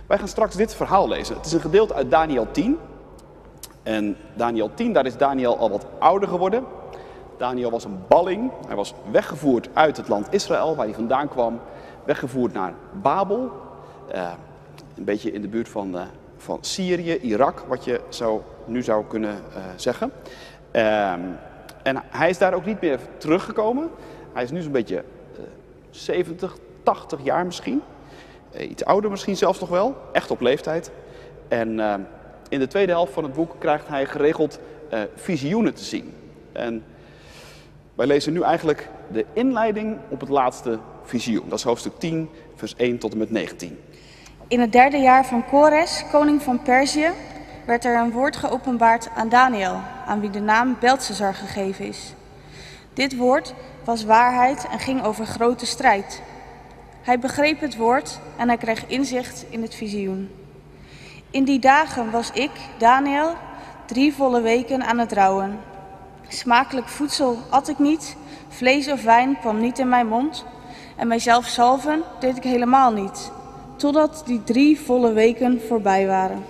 Wij gaan straks dit verhaal lezen. Het is een gedeelte uit Daniël 10. En Daniël 10, daar is Daniël al wat ouder geworden. Daniël was een balling. Hij was weggevoerd uit het land Israël, waar hij vandaan kwam. Weggevoerd naar Babel. Een beetje in de buurt van Syrië, Irak, wat je nu zou kunnen zeggen. En hij is daar ook niet meer teruggekomen. Hij is nu zo'n beetje 70, 80 jaar misschien. Iets ouder misschien zelfs nog wel. Echt op leeftijd. En in de tweede helft van het boek krijgt hij geregeld visioenen te zien. En wij lezen nu eigenlijk de inleiding op het laatste visioen. Dat is hoofdstuk 10, vers 1 tot en met 19. In het 3e jaar van Kores, koning van Perzië, werd er een woord geopenbaard aan Daniël, aan wie de naam Belteshazzar gegeven is. Dit woord was waarheid en ging over grote strijd. Hij begreep het woord en hij kreeg inzicht in het visioen. In die dagen was ik, Daniël, 3 volle weken aan het rouwen. Smakelijk voedsel at ik niet, vlees of wijn kwam niet in mijn mond en mijzelf zalven deed ik helemaal niet, totdat die 3 volle weken voorbij waren.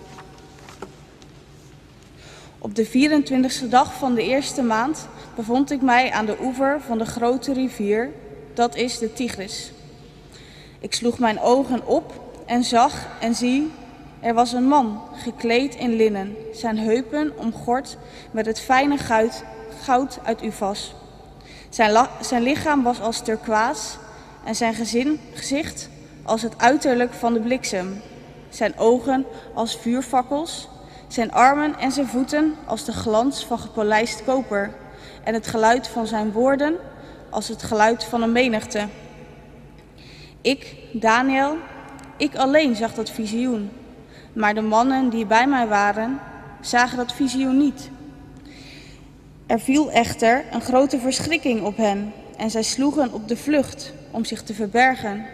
Op de 24e dag van de eerste maand bevond ik mij aan de oever van de grote rivier, dat is de Tigris. Ik sloeg mijn ogen op en zag en zie, er was een man, gekleed in linnen, zijn heupen omgord met het fijne goud uit Ufas. Zijn lichaam was als turkoois en zijn gezicht als het uiterlijk van de bliksem. Zijn ogen als vuurfakkels, zijn armen en zijn voeten als de glans van gepolijst koper en het geluid van zijn woorden als het geluid van een menigte. Ik, Daniël, ik alleen zag dat visioen, maar de mannen die bij mij waren, zagen dat visioen niet. Er viel echter een grote verschrikking op hen en zij sloegen op de vlucht om zich te verbergen.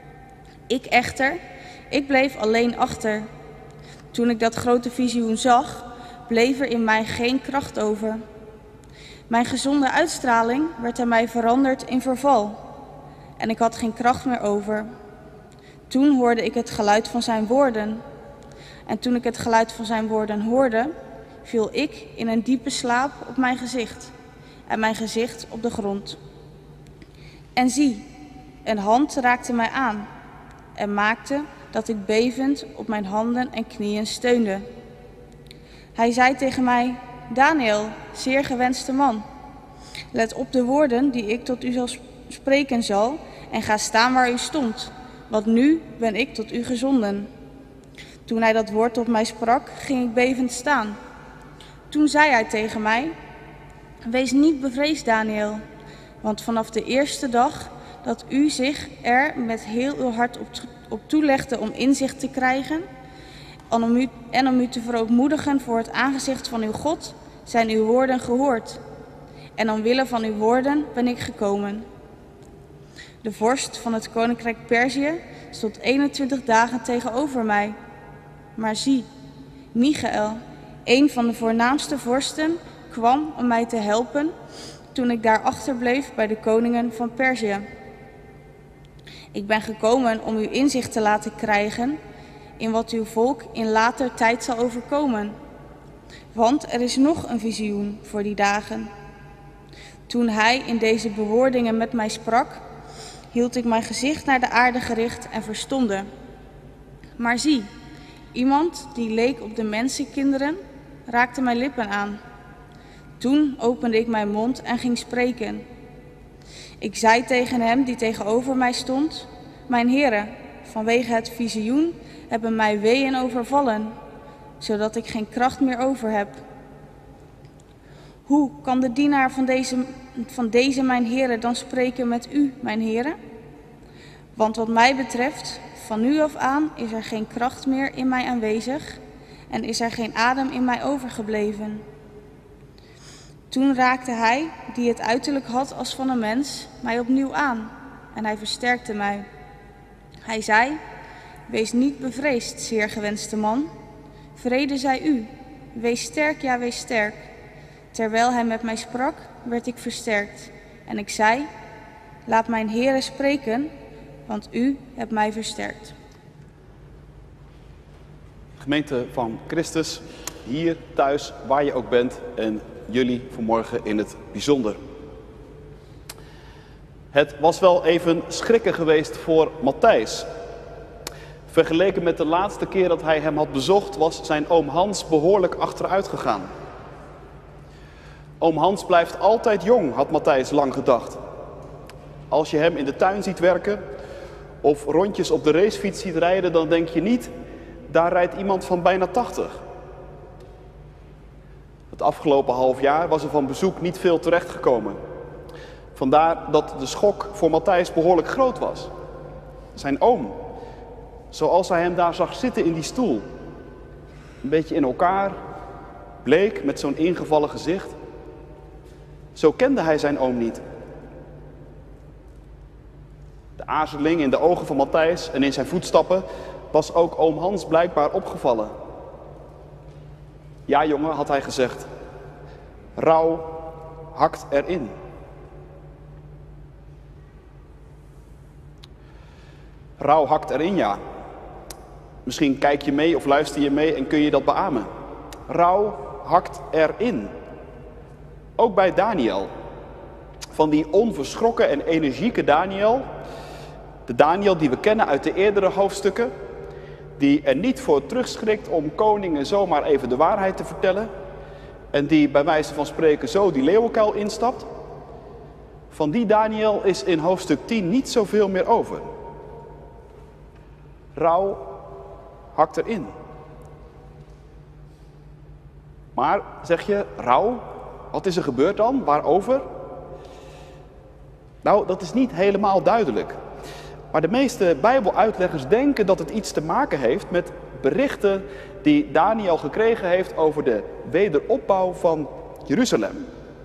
Ik bleef alleen achter. Toen ik dat grote visioen zag, bleef er in mij geen kracht over. Mijn gezonde uitstraling werd aan mij veranderd in verval en ik had geen kracht meer over. Toen hoorde ik het geluid van zijn woorden. En toen ik het geluid van zijn woorden hoorde, viel ik in een diepe slaap op mijn gezicht en mijn gezicht op de grond. En zie, een hand raakte mij aan en maakte dat ik bevend op mijn handen en knieën steunde. Hij zei tegen mij, Daniël, zeer gewenste man, let op de woorden die ik tot u zal spreken zal en ga staan waar u stond, want nu ben ik tot u gezonden. Toen hij dat woord tot mij sprak, ging ik bevend staan. Toen zei hij tegen mij, wees niet bevreesd, Daniël, want vanaf de eerste dag dat u zich er met heel uw hart op toelegde om inzicht te krijgen en om u te verootmoedigen voor het aangezicht van uw God, zijn uw woorden gehoord. En omwille van uw woorden ben ik gekomen. De vorst van het koninkrijk Perzië stond 21 dagen tegenover mij. Maar zie, Michaël, een van de voornaamste vorsten, kwam om mij te helpen toen ik daar achterbleef bij de koningen van Perzië. Ik ben gekomen om u inzicht te laten krijgen in wat uw volk in later tijd zal overkomen. Want er is nog een visioen voor die dagen. Toen hij in deze bewoordingen met mij sprak, hield ik mijn gezicht naar de aarde gericht en verstomde. Maar zie, iemand die leek op de mensenkinderen, raakte mijn lippen aan. Toen opende ik mijn mond en ging spreken. Ik zei tegen hem die tegenover mij stond, mijn heren, vanwege het visioen hebben mij weeën overvallen, zodat ik geen kracht meer over heb. Hoe kan de dienaar van deze mijn heren dan spreken met u, mijn heren? Want wat mij betreft, van nu af aan is er geen kracht meer in mij aanwezig en is er geen adem in mij overgebleven. Toen raakte hij, die het uiterlijk had als van een mens, mij opnieuw aan en hij versterkte mij. Hij zei, wees niet bevreesd, zeer gewenste man. Vrede zij u, wees sterk, ja wees sterk. Terwijl hij met mij sprak, werd ik versterkt. En ik zei, laat mijn heren spreken, want u hebt mij versterkt. Gemeente van Christus, hier thuis, waar je ook bent en jullie vanmorgen in het bijzonder. Het was wel even schrikken geweest voor Matthijs. Vergeleken met de laatste keer dat hij hem had bezocht, was zijn oom Hans behoorlijk achteruit gegaan. Oom Hans blijft altijd jong, had Matthijs lang gedacht. Als je hem in de tuin ziet werken of rondjes op de racefiets ziet rijden, dan denk je niet, daar rijdt iemand van bijna 80. Het afgelopen half jaar was er van bezoek niet veel terechtgekomen. Vandaar dat de schok voor Matthijs behoorlijk groot was. Zijn oom, zoals hij hem daar zag zitten in die stoel. Een beetje in elkaar, bleek met zo'n ingevallen gezicht. Zo kende hij zijn oom niet. De aarzeling in de ogen van Matthijs en in zijn voetstappen was ook oom Hans blijkbaar opgevallen. Ja, jongen, had hij gezegd. Rouw hakt erin. Rouw hakt erin, ja. Misschien kijk je mee of luister je mee en kun je dat beamen. Rouw hakt erin. Ook bij Daniel. Van die onverschrokken en energieke Daniel. De Daniel die we kennen uit de eerdere hoofdstukken. Die er niet voor terugschrikt om koningen zomaar even de waarheid te vertellen. En die bij wijze van spreken zo die leeuwenkuil instapt. Van die Daniel is in hoofdstuk 10 niet zoveel meer over. Rouw hakt erin. Maar zeg je, rouw? Wat is er gebeurd dan? Waarover? Nou, dat is niet helemaal duidelijk. Maar de meeste Bijbeluitleggers denken dat het iets te maken heeft met berichten die Daniel gekregen heeft over de wederopbouw van Jeruzalem.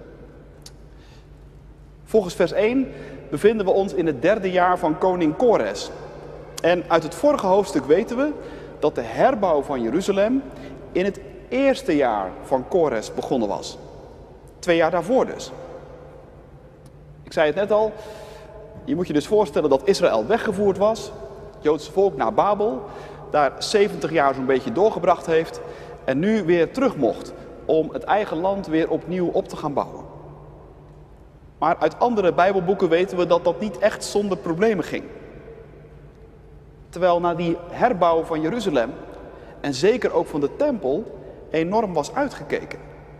Volgens vers 1 bevinden we ons in het 3e jaar van koning Kores. En uit het vorige hoofdstuk weten we dat de herbouw van Jeruzalem in het 1e jaar van Kores begonnen was. 2 jaar daarvoor dus. Ik zei het net al, je moet je dus voorstellen dat Israël weggevoerd was, het Joodse volk naar Babel, daar 70 jaar zo'n beetje doorgebracht heeft en nu weer terug mocht om het eigen land weer opnieuw op te gaan bouwen. Maar uit andere Bijbelboeken weten we dat dat niet echt zonder problemen ging. Terwijl na die herbouw van Jeruzalem, en zeker ook van de tempel, enorm was uitgekeken.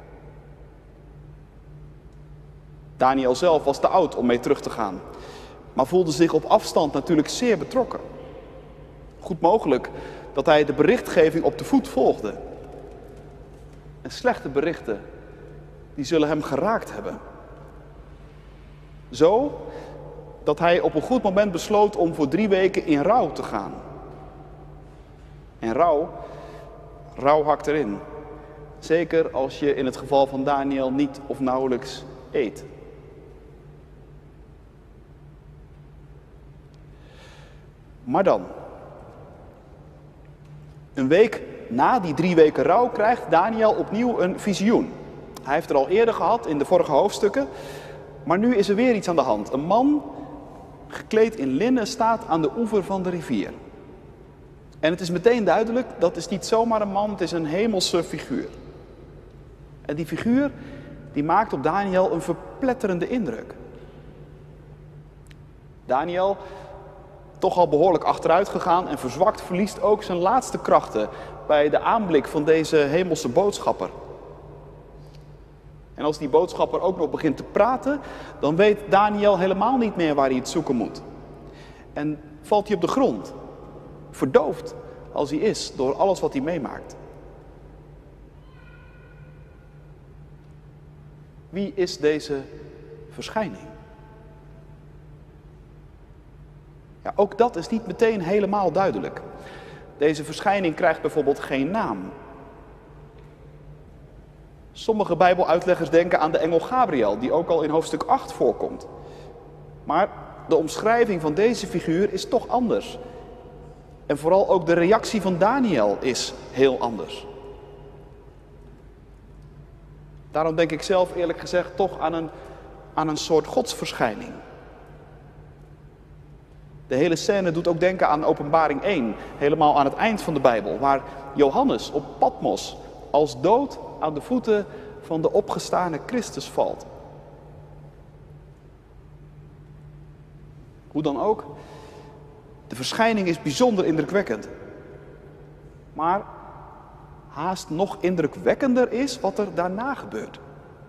Daniel zelf was te oud om mee terug te gaan, maar voelde zich op afstand natuurlijk zeer betrokken. Goed mogelijk dat hij de berichtgeving op de voet volgde. En slechte berichten, die zullen hem geraakt hebben. Zo dat hij op een goed moment besloot om voor 3 weken in rouw te gaan. En rouw hakt erin. Zeker als je in het geval van Daniel niet of nauwelijks eet. Maar dan, een week na die 3 weken rouw krijgt Daniel opnieuw een visioen. Hij heeft er al eerder gehad in de vorige hoofdstukken, maar nu is er weer iets aan de hand. Een man, gekleed in linnen, staat aan de oever van de rivier. En het is meteen duidelijk, dat is niet zomaar een man, het is een hemelse figuur. En die figuur, die maakt op Daniel een verpletterende indruk. Daniel, toch al behoorlijk achteruit gegaan en verzwakt, verliest ook zijn laatste krachten bij de aanblik van deze hemelse boodschapper. En als die boodschapper ook nog begint te praten, dan weet Daniel helemaal niet meer waar hij het zoeken moet. En valt hij op de grond, verdoofd als hij is door alles wat hij meemaakt. Wie is deze verschijning? Ja, ook dat is niet meteen helemaal duidelijk. Deze verschijning krijgt bijvoorbeeld geen naam. Sommige Bijbeluitleggers denken aan de engel Gabriel, die ook al in hoofdstuk 8 voorkomt. Maar de omschrijving van deze figuur is toch anders. En vooral ook de reactie van Daniel is heel anders. Daarom denk ik zelf eerlijk gezegd toch aan een soort godsverschijning. De hele scène doet ook denken aan Openbaring 1, helemaal aan het eind van de Bijbel, waar Johannes op Patmos als dood aan de voeten van de opgestane Christus valt. Hoe dan ook, de verschijning is bijzonder indrukwekkend. Maar haast nog indrukwekkender is wat er daarna gebeurt.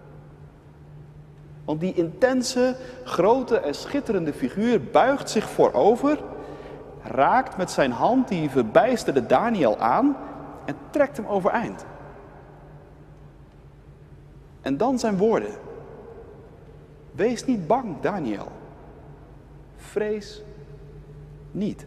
Want die intense, grote en schitterende figuur buigt zich voorover, raakt met zijn hand die verbijsterde Daniel aan en trekt hem overeind. En dan zijn woorden. Wees niet bang, Daniel. Vrees niet.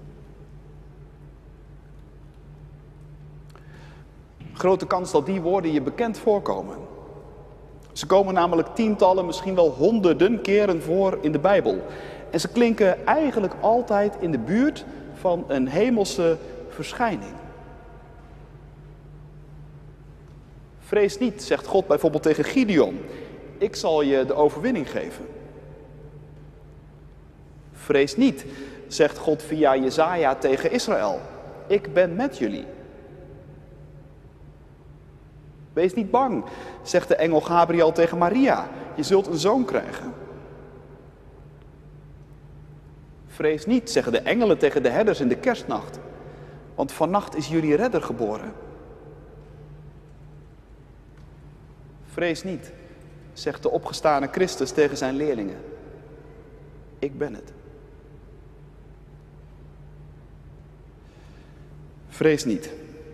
Grote kans dat die woorden je bekend voorkomen. Ze komen namelijk tientallen, misschien wel honderden keren voor in de Bijbel. En ze klinken eigenlijk altijd in de buurt van een hemelse verschijning. Vrees niet, zegt God bijvoorbeeld tegen Gideon. Ik zal je de overwinning geven. Vrees niet, zegt God via Jesaja tegen Israël. Ik ben met jullie. Wees niet bang, zegt de engel Gabriel tegen Maria. Je zult een zoon krijgen. Vrees niet, zeggen de engelen tegen de herders in de kerstnacht. Want vannacht is jullie redder geboren. Vrees niet, zegt de opgestane Christus tegen zijn leerlingen. Ik ben het. Vrees niet.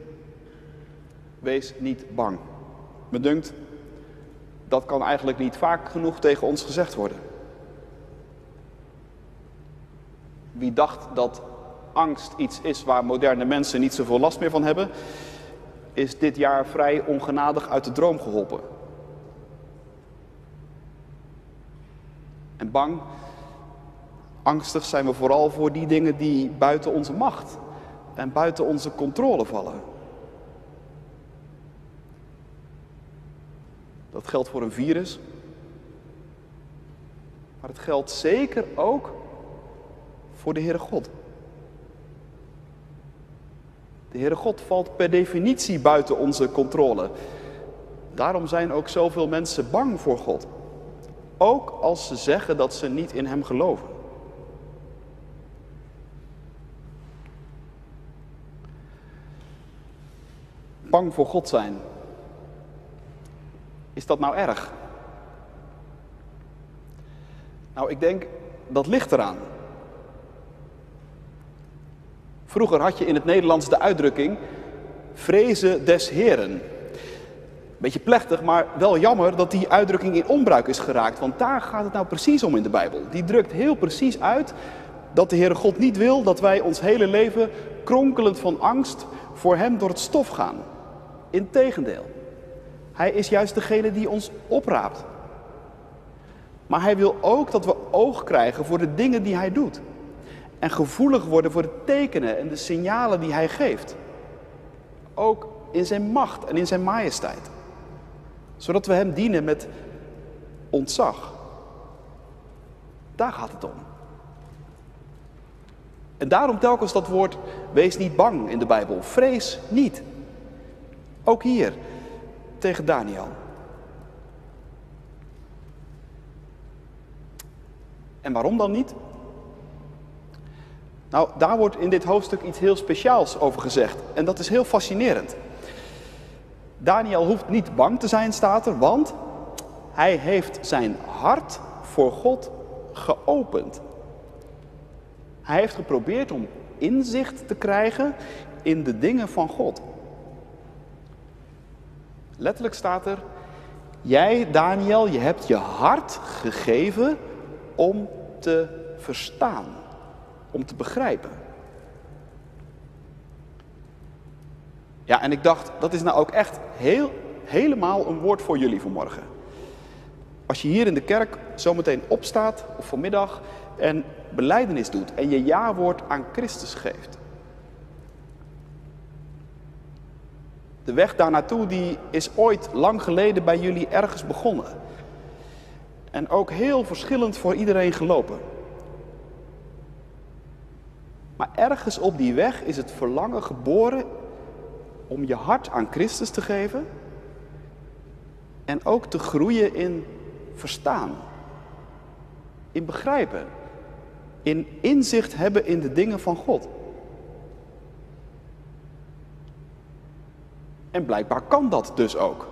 Wees niet bang. Me dunkt, dat kan eigenlijk niet vaak genoeg tegen ons gezegd worden. Wie dacht dat angst iets is waar moderne mensen niet zoveel last meer van hebben, is dit jaar vrij ongenadig uit de droom geholpen. En bang, angstig zijn we vooral voor die dingen die buiten onze macht en buiten onze controle vallen. Dat geldt voor een virus, maar het geldt zeker ook voor de Heere God. De Heere God valt per definitie buiten onze controle. Daarom zijn ook zoveel mensen bang voor God. Ook als ze zeggen dat ze niet in Hem geloven. Bang voor God zijn. Is dat nou erg? Nou, ik denk, dat ligt eraan. Vroeger had je in het Nederlands de uitdrukking vrezen des Heren. Beetje plechtig, maar wel jammer dat die uitdrukking in onbruik is geraakt. Want daar gaat het nou precies om in de Bijbel. Die drukt heel precies uit dat de Heere God niet wil dat wij ons hele leven kronkelend van angst voor Hem door het stof gaan. Integendeel. Hij is juist degene die ons opraapt. Maar Hij wil ook dat we oog krijgen voor de dingen die Hij doet. En gevoelig worden voor de tekenen en de signalen die Hij geeft. Ook in zijn macht en in zijn majesteit. Zodat we Hem dienen met ontzag. Daar gaat het om. En daarom telkens dat woord, wees niet bang in de Bijbel. Vrees niet. Ook hier, tegen Daniel. En waarom dan niet? Nou, daar wordt in dit hoofdstuk iets heel speciaals over gezegd. En dat is heel fascinerend. Daniel hoeft niet bang te zijn, staat er, want hij heeft zijn hart voor God geopend. Hij heeft geprobeerd om inzicht te krijgen in de dingen van God. Letterlijk staat er, jij Daniel, je hebt je hart gegeven om te verstaan, om te begrijpen. Ja, en ik dacht, dat is nou ook echt helemaal een woord voor jullie vanmorgen. Als je hier in de kerk zometeen opstaat, of vanmiddag, en belijdenis doet en je ja-woord aan Christus geeft. De weg daar naartoe die is ooit lang geleden bij jullie ergens begonnen. En ook heel verschillend voor iedereen gelopen. Maar ergens op die weg is het verlangen geboren om je hart aan Christus te geven en ook te groeien in verstaan, in begrijpen, in inzicht hebben in de dingen van God. En blijkbaar kan dat dus ook.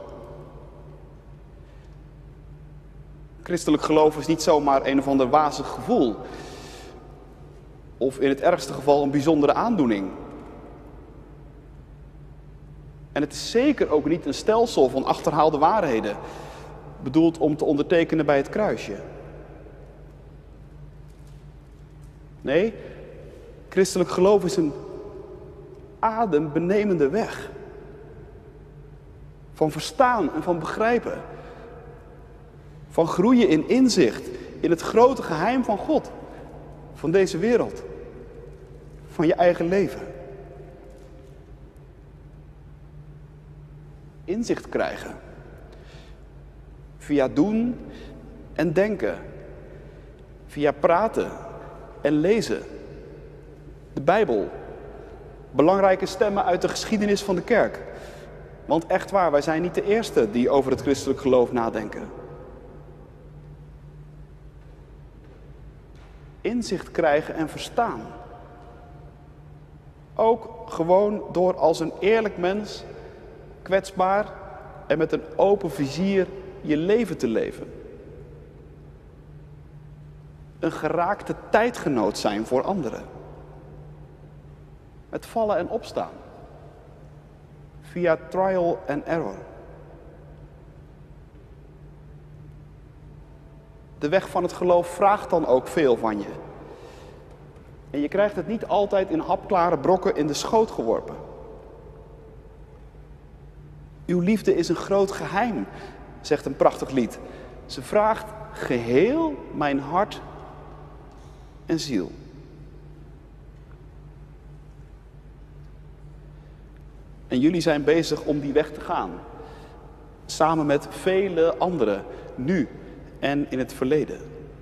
Christelijk geloof is niet zomaar een of ander wazig gevoel. Of in het ergste geval een bijzondere aandoening. En het is zeker ook niet een stelsel van achterhaalde waarheden, bedoeld om te ondertekenen bij het kruisje. Nee, christelijk geloof is een adembenemende weg. Van verstaan en van begrijpen. Van groeien in inzicht, in het grote geheim van God. Van deze wereld. Van je eigen leven. Inzicht krijgen. Via doen en denken. Via praten en lezen. De Bijbel. Belangrijke stemmen uit de geschiedenis van de kerk. Want echt waar, wij zijn niet de eerste die over het christelijk geloof nadenken. Inzicht krijgen en verstaan. Ook gewoon door als een eerlijk mens, kwetsbaar en met een open vizier je leven te leven. Een geraakte tijdgenoot zijn voor anderen. Met vallen en opstaan. Via trial and error. De weg van het geloof vraagt dan ook veel van je. En je krijgt het niet altijd in hapklare brokken in de schoot geworpen. Uw liefde is een groot geheim, zegt een prachtig lied. Ze vraagt geheel mijn hart en ziel. En jullie zijn bezig om die weg te gaan. Samen met vele anderen, nu en in het verleden.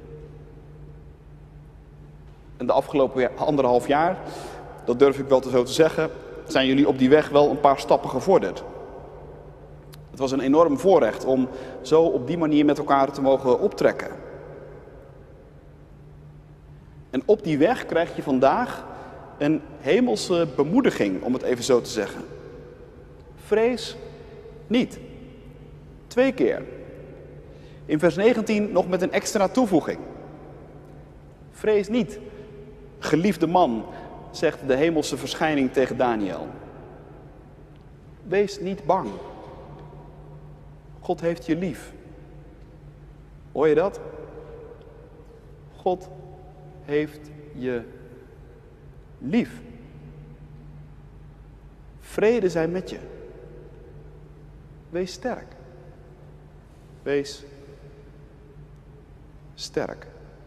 En de afgelopen 1,5 jaar, dat durf ik wel zo te zeggen, zijn jullie op die weg wel een paar stappen gevorderd. Het was een enorm voorrecht om zo op die manier met elkaar te mogen optrekken. En op die weg krijg je vandaag een hemelse bemoediging, om het even zo te zeggen. Vrees niet. 2 keer. In vers 19 nog met een extra toevoeging. Vrees niet, geliefde man, zegt de hemelse verschijning tegen Daniel. Wees niet bang. God heeft je lief. Hoor je dat? God heeft je lief. Vrede zij met je. Wees sterk. Wees sterk.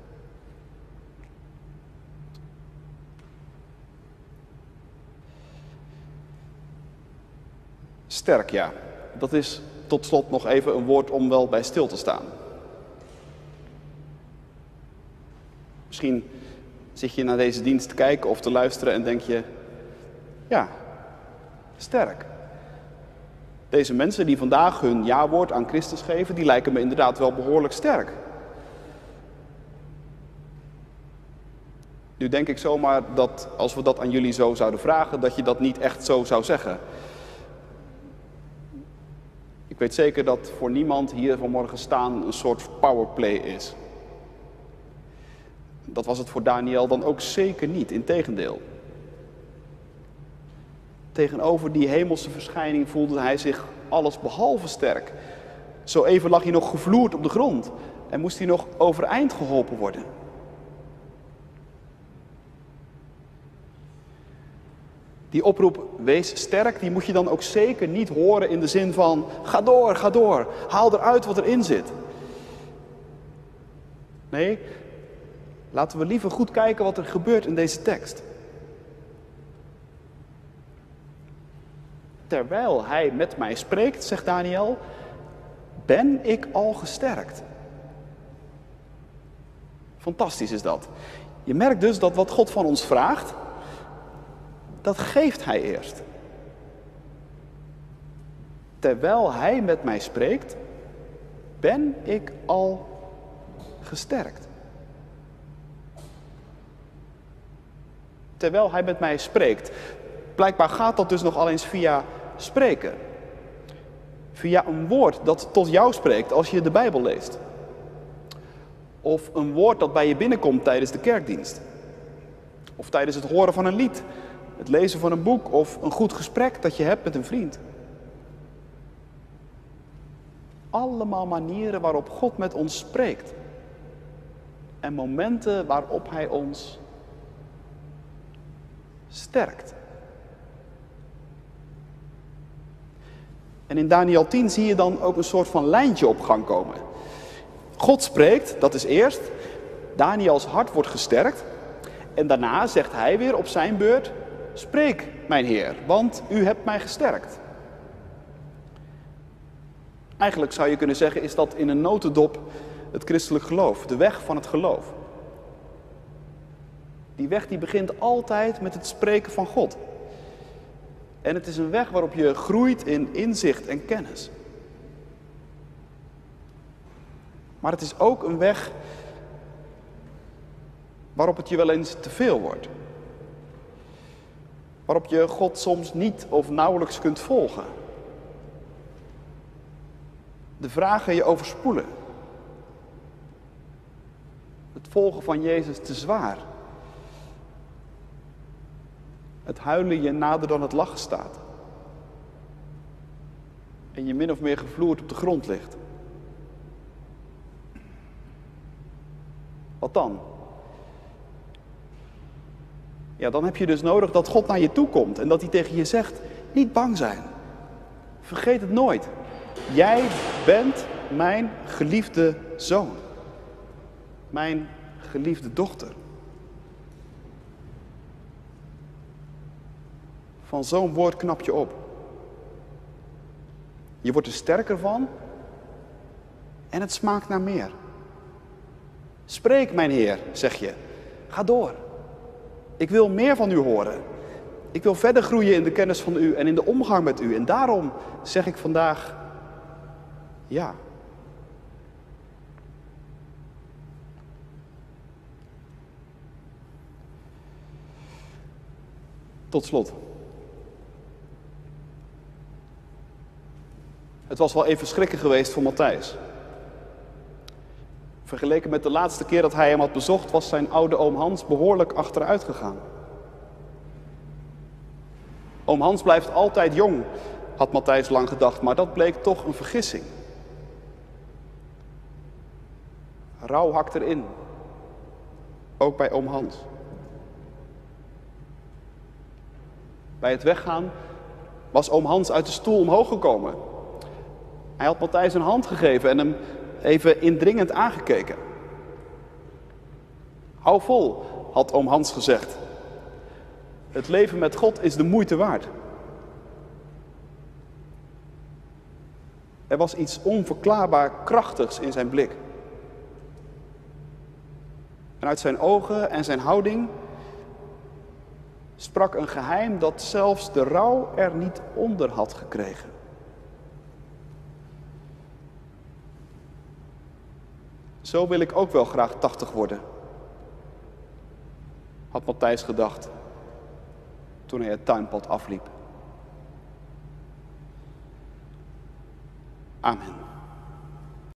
Sterk, ja. Dat is tot slot nog even een woord om wel bij stil te staan. Misschien zit je naar deze dienst te kijken of te luisteren en denk je, ja, sterk. Deze mensen die vandaag hun ja-woord aan Christus geven, die lijken me inderdaad wel behoorlijk sterk. Nu denk ik zomaar dat als we dat aan jullie zo zouden vragen, dat je dat niet echt zo zou zeggen. Ik weet zeker dat voor niemand hier vanmorgen staan een soort powerplay is. Dat was het voor Daniel dan ook zeker niet, integendeel. Tegenover die hemelse verschijning voelde hij zich allesbehalve sterk. Zo even lag hij nog gevloerd op de grond en moest hij nog overeind geholpen worden. Die oproep, wees sterk, die moet je dan ook zeker niet horen in de zin van, ga door, haal eruit wat erin zit. Nee, laten we liever goed kijken wat er gebeurt in deze tekst. Terwijl hij met mij spreekt, zegt Daniel, ben ik al gesterkt. Fantastisch is dat. Je merkt dus dat wat God van ons vraagt, dat geeft hij eerst. Terwijl hij met mij spreekt, ben ik al gesterkt. Terwijl hij met mij spreekt. Blijkbaar gaat dat dus nog al eens via spreken. Via een woord dat tot jou spreekt als je de Bijbel leest. Of een woord dat bij je binnenkomt tijdens de kerkdienst. Of tijdens het horen van een lied, het lezen van een boek of een goed gesprek dat je hebt met een vriend. Allemaal manieren waarop God met ons spreekt. En momenten waarop hij ons sterkt. En in Daniël 10 zie je dan ook een soort van lijntje op gang komen. God spreekt, dat is eerst. Daniëls hart wordt gesterkt. En daarna zegt hij weer op zijn beurt: spreek, mijn Heer, want u hebt mij gesterkt. Eigenlijk zou je kunnen zeggen, is dat in een notendop het christelijk geloof. De weg van het geloof. Die weg die begint altijd met het spreken van God. En het is een weg waarop je groeit in inzicht en kennis. Maar het is ook een weg waarop het je wel eens te veel wordt. Waarop je God soms niet of nauwelijks kunt volgen. De vragen je overspoelen. Het volgen van Jezus te zwaar. Het huilen je nader dan het lachen staat. En je min of meer gevloerd op de grond ligt. Wat dan? Ja, dan heb je dus nodig dat God naar je toe komt en dat hij tegen je zegt: niet bang zijn. Vergeet het nooit. Jij bent mijn geliefde zoon. Mijn geliefde dochter. Van zo'n woord knap je op. Je wordt er sterker van en het smaakt naar meer. Spreek, mijn Heer, zeg je. Ga door. Ik wil meer van u horen. Ik wil verder groeien in de kennis van u en in de omgang met u. En daarom zeg ik vandaag ja. Tot slot. Het was wel even schrikken geweest voor Matthijs. Vergeleken met de laatste keer dat hij hem had bezocht, was zijn oude oom Hans behoorlijk achteruit gegaan. Oom Hans blijft altijd jong, had Matthijs lang gedacht, maar dat bleek toch een vergissing. Rouw hakt erin, ook bij oom Hans. Bij het weggaan was oom Hans uit de stoel omhoog gekomen. Hij had Matthijs een hand gegeven en hem even indringend aangekeken. Hou vol, had oom Hans gezegd. Het leven met God is de moeite waard. Er was iets onverklaarbaar krachtigs in zijn blik. En uit zijn ogen en zijn houding sprak een geheim dat zelfs de rouw er niet onder had gekregen. Zo wil ik ook wel graag 80 worden, had Matthijs gedacht toen hij het tuinpad afliep. Amen.